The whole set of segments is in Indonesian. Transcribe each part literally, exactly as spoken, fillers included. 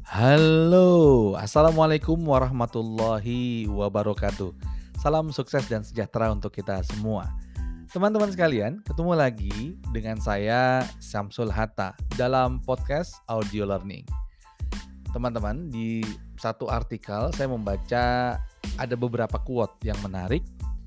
Halo, Assalamualaikum warahmatullahi wabarakatuh. Salam sukses dan sejahtera untuk kita semua. Teman-teman sekalian, ketemu lagi dengan saya Syamsul Hatta dalam podcast Audio Learning. Teman-teman, di satu artikel saya membaca ada beberapa quote yang menarik.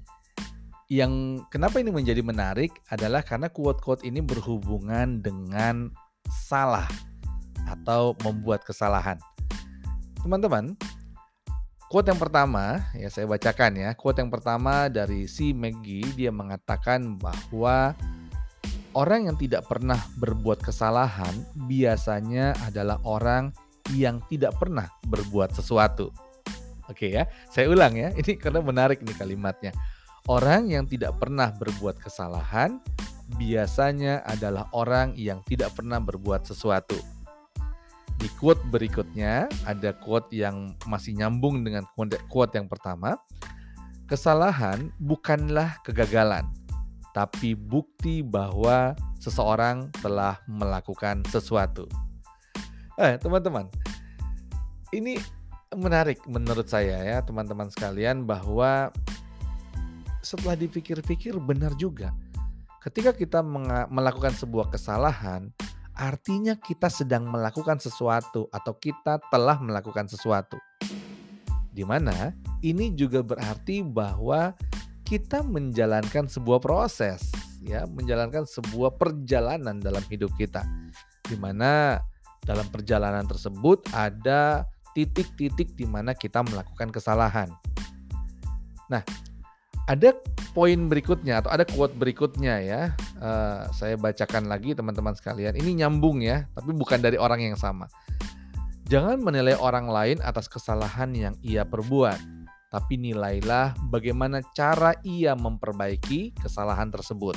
Yang kenapa ini menjadi menarik adalah karena quote-quote ini berhubungan dengan salah atau membuat kesalahan. Teman-teman, quote yang pertama ya saya bacakan ya. Quote yang pertama dari si McGee, dia mengatakan bahwa orang yang tidak pernah berbuat kesalahan biasanya adalah orang yang tidak pernah berbuat sesuatu. Oke ya, saya ulang ya. Ini karena menarik nih kalimatnya. Orang yang tidak pernah berbuat kesalahan biasanya adalah orang yang tidak pernah berbuat sesuatu. Di quote berikutnya ada quote yang masih nyambung dengan quote yang pertama. Kesalahan bukanlah kegagalan, tapi bukti bahwa seseorang telah melakukan sesuatu. Eh, teman-teman, ini menarik menurut saya ya, teman-teman sekalian, bahwa setelah dipikir-pikir benar juga. Ketika kita menga- melakukan sebuah kesalahan, artinya kita sedang melakukan sesuatu atau kita telah melakukan sesuatu. Di mana ini juga berarti bahwa kita menjalankan sebuah proses, ya, menjalankan sebuah perjalanan dalam hidup kita. Di mana dalam perjalanan tersebut ada titik-titik di mana kita melakukan kesalahan. Nah, ada poin berikutnya atau ada quote berikutnya ya, uh, saya bacakan lagi teman-teman sekalian. Ini nyambung ya, tapi bukan dari orang yang sama. Jangan menilai orang lain atas kesalahan yang ia perbuat, tapi nilailah bagaimana cara ia memperbaiki kesalahan tersebut.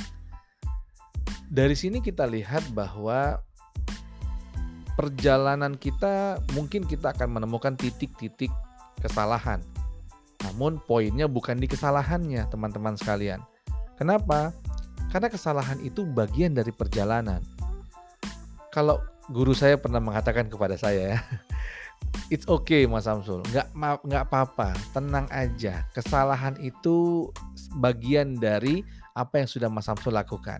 Dari sini kita lihat bahwa perjalanan kita mungkin kita akan menemukan titik-titik kesalahan. Namun poinnya bukan di kesalahannya, teman-teman sekalian. Kenapa? Karena kesalahan itu bagian dari perjalanan. Kalau guru saya pernah mengatakan kepada saya ya, it's okay Mas Samsul, nggak nggak apa-apa, tenang aja. Kesalahan itu bagian dari apa yang sudah Mas Samsul lakukan.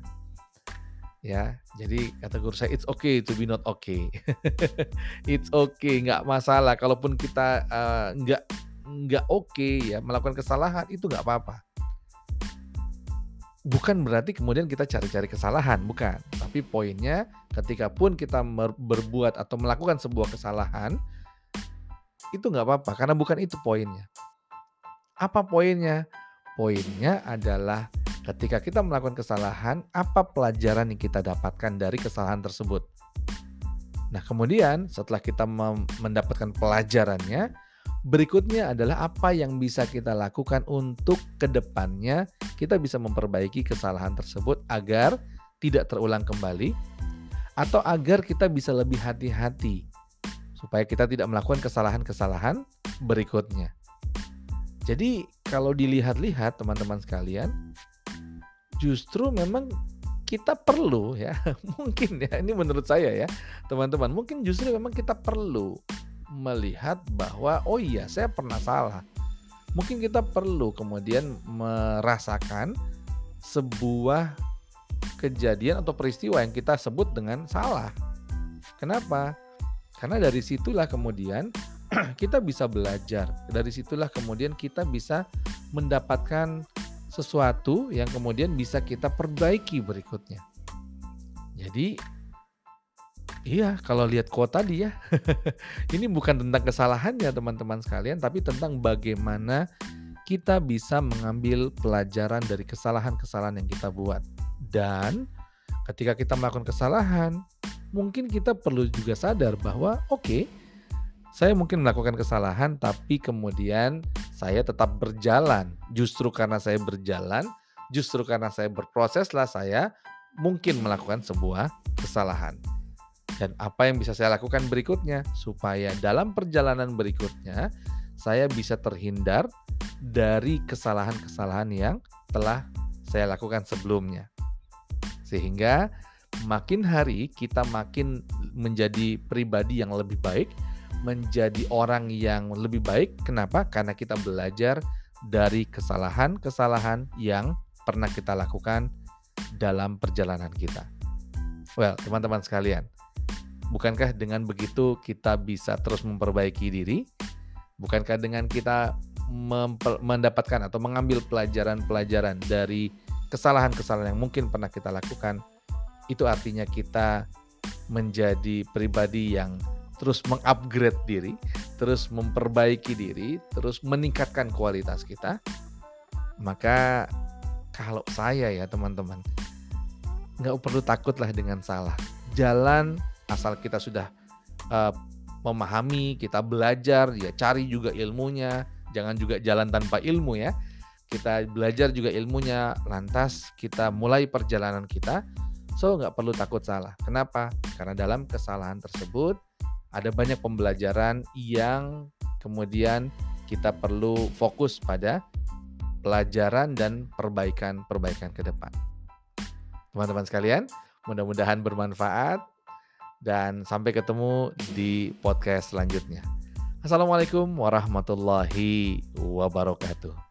Ya, jadi kata guru saya, it's okay to be not okay. It's okay, nggak masalah. Kalaupun kita uh, nggak nggak oke okay, ya melakukan kesalahan, itu nggak apa-apa. Bukan berarti kemudian kita cari-cari kesalahan, bukan. Tapi poinnya ketika pun kita berbuat atau melakukan sebuah kesalahan, itu nggak apa-apa karena bukan itu poinnya. Apa poinnya? Poinnya adalah ketika kita melakukan kesalahan, apa pelajaran yang kita dapatkan dari kesalahan tersebut. Nah, kemudian setelah kita mendapatkan pelajarannya, berikutnya adalah apa yang bisa kita lakukan untuk kedepannya kita bisa memperbaiki kesalahan tersebut agar tidak terulang kembali atau agar kita bisa lebih hati-hati supaya kita tidak melakukan kesalahan-kesalahan berikutnya. Jadi kalau dilihat-lihat teman-teman sekalian, justru memang kita perlu ya, mungkin ya, ini menurut saya ya teman-teman, mungkin justru memang kita perlu melihat bahwa oh iya saya pernah salah. Mungkin kita perlu kemudian merasakan sebuah kejadian atau peristiwa yang kita sebut dengan salah. Kenapa? Karena dari situlah kemudian kita bisa belajar. Dari situlah kemudian kita bisa mendapatkan sesuatu yang kemudian bisa kita perbaiki berikutnya. Jadi iya, kalau lihat quote tadi ya, ini bukan tentang kesalahannya teman-teman sekalian, tapi tentang bagaimana kita bisa mengambil pelajaran dari kesalahan-kesalahan yang kita buat. Dan ketika kita melakukan kesalahan, mungkin kita perlu juga sadar bahwa oke, okay, saya mungkin melakukan kesalahan, tapi kemudian saya tetap berjalan. Justru karena saya berjalan, justru karena saya berproseslah saya mungkin melakukan sebuah kesalahan. Dan apa yang bisa saya lakukan berikutnya supaya dalam perjalanan berikutnya saya bisa terhindar dari kesalahan-kesalahan yang telah saya lakukan sebelumnya. Sehingga makin hari kita makin menjadi pribadi yang lebih baik, menjadi orang yang lebih baik. Kenapa? Karena kita belajar dari kesalahan-kesalahan yang pernah kita lakukan dalam perjalanan kita. Well, teman-teman sekalian, bukankah dengan begitu kita bisa terus memperbaiki diri? Bukankah dengan kita memper- mendapatkan atau mengambil pelajaran-pelajaran dari kesalahan-kesalahan yang mungkin pernah kita lakukan, itu artinya kita menjadi pribadi yang terus mengupgrade diri, terus memperbaiki diri, terus meningkatkan kualitas kita? Maka kalau saya ya teman-teman, nggak perlu takutlah dengan salah. Jalan asal kita sudah uh, memahami, kita belajar, ya cari juga ilmunya. Jangan juga jalan tanpa ilmu ya. Kita belajar juga ilmunya, lantas kita mulai perjalanan kita. So nggak perlu takut salah. Kenapa? Karena dalam kesalahan tersebut ada banyak pembelajaran yang kemudian kita perlu fokus pada pelajaran dan perbaikan-perbaikan ke depan. Teman-teman sekalian, mudah-mudahan bermanfaat dan sampai ketemu di podcast selanjutnya. Assalamualaikum warahmatullahi wabarakatuh.